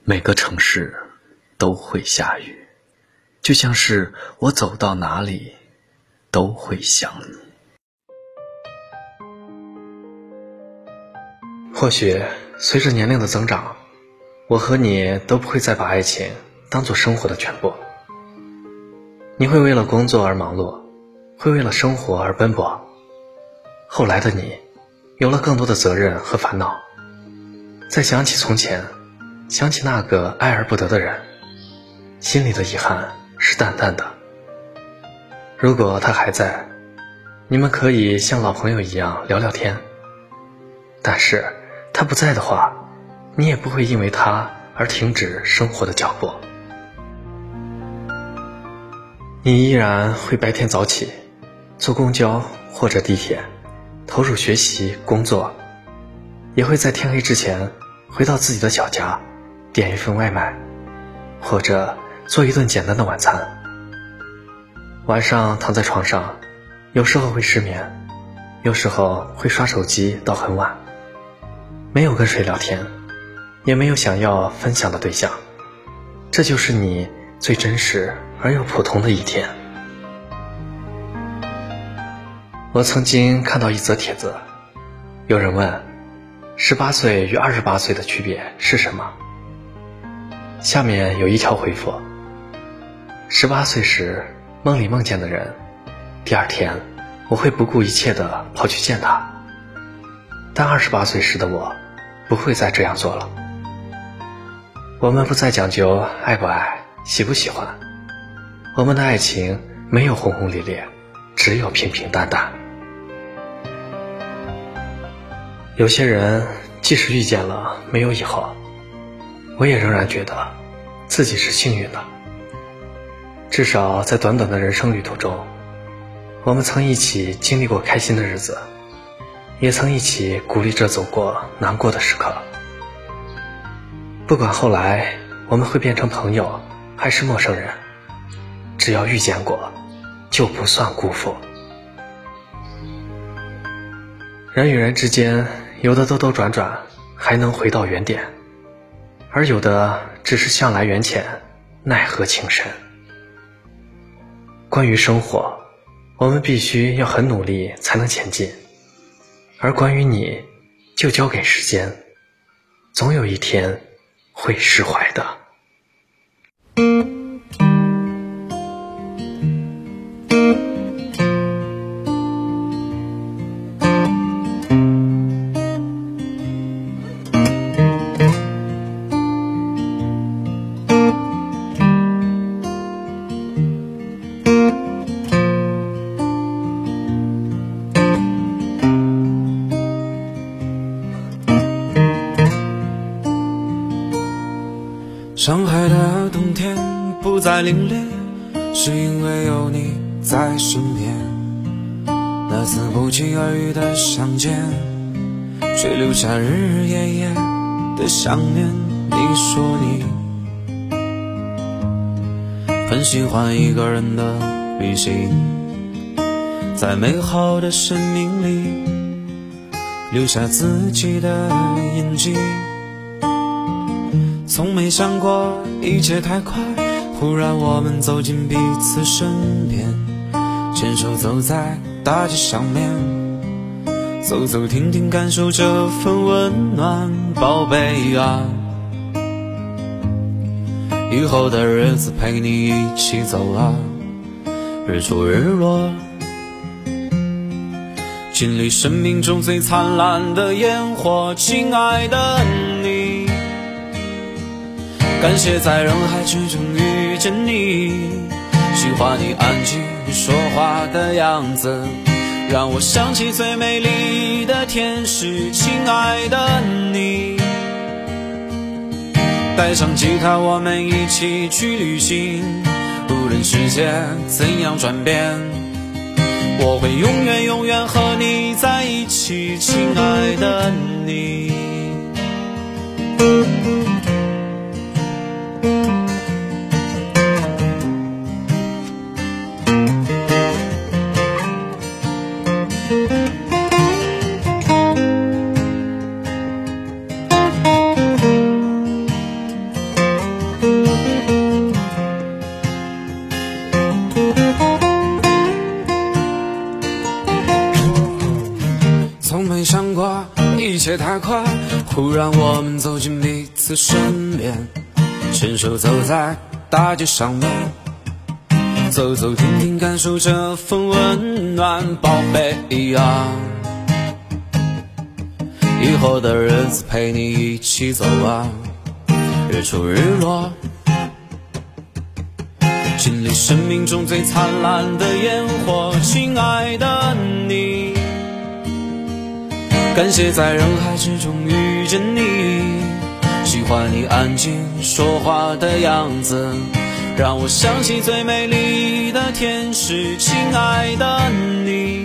每个城市都会下雨，就像是我走到哪里都会想你。或许随着年龄的增长，我和你都不会再把爱情当作生活的全部。你会为了工作而忙碌，会为了生活而奔波。后来的你有了更多的责任和烦恼，再想起从前，想起那个爱而不得的人，心里的遗憾是淡淡的。如果他还在，你们可以像老朋友一样聊聊天，但是他不在的话，你也不会因为他而停止生活的脚步。你依然会白天早起，坐公交或者地铁，投入学习工作，也会在天黑之前回到自己的小家，点一份外卖，或者做一顿简单的晚餐。晚上躺在床上，有时候会失眠，有时候会刷手机到很晚，没有跟谁聊天，也没有想要分享的对象，这就是你最真实而又普通的一天。我曾经看到一则帖子，有人问18岁与28岁的区别是什么？下面有一条回复：18岁时梦里梦见的人，第二天我会不顾一切地跑去见他，但28岁时的我不会再这样做了。我们不再讲究爱不爱，喜不喜欢，我们的爱情没有轰轰烈烈，只有平平淡淡。有些人即使遇见了没有以后，我也仍然觉得自己是幸运的。至少在短短的人生旅途中，我们曾一起经历过开心的日子，也曾一起鼓励着走过难过的时刻。不管后来我们会变成朋友还是陌生人，只要遇见过，就不算辜负。人与人之间，有的兜兜转转还能回到原点，而有的只是向来缘浅，奈何情深。关于生活，我们必须要很努力才能前进，而关于你，就交给时间，总有一天会释怀的。 上海的冬天不再凛冽，是因为有你在身边。那次不期而遇的相见，却留下日日夜夜的想念。你说你很喜欢一个人的旅行，在美好的生命里留下自己的印记。从没想过一切太快，忽然我们走进彼此身边，牵手走在大街上面，走走停停感受这份温暖。宝贝啊，以后的日子陪你一起走啊，日出日落，经历生命中最灿烂的烟火。亲爱的你，感谢在人海之中遇见你，喜欢你安静说话的样子，让我想起最美丽的天使。亲爱的你，带上吉他我们一起去旅行，无论世界怎样转变，我会永远永远和你在一起。亲爱的你， 快，忽然我们走进彼此身边，牵手走在大街上面，走走停停，感受这份温暖，宝贝啊，以后的日子陪你一起走啊，日出日落，经历生命中最灿烂的烟火，亲爱的你，感谢在人海之中遇见你，喜欢你安静说话的样子，让我想起最美丽的天使，亲爱的你，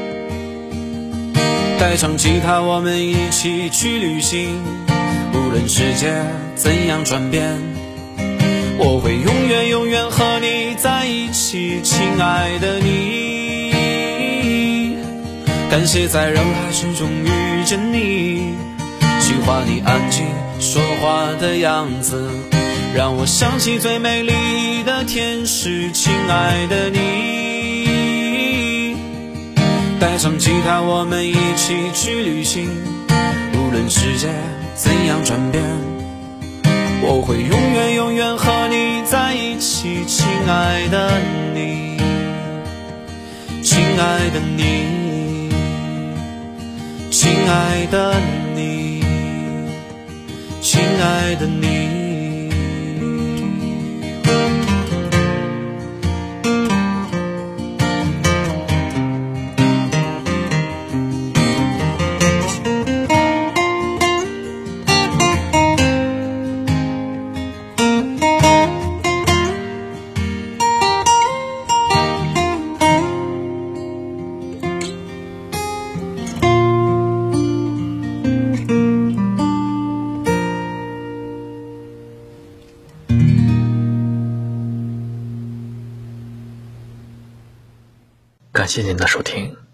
带上吉他我们一起去旅行，无论世界怎样转变，我会永远永远和你在一起，亲爱的你，感谢在人海之中遇见你，喜欢你安静说话的样子，让我想起最美丽的天使，亲爱的你，带上吉他我们一起去旅行，无论世界怎样转变，我会永远永远和你在一起，亲爱的你，亲爱的你，亲爱的你，亲爱的你。 感谢您的收听。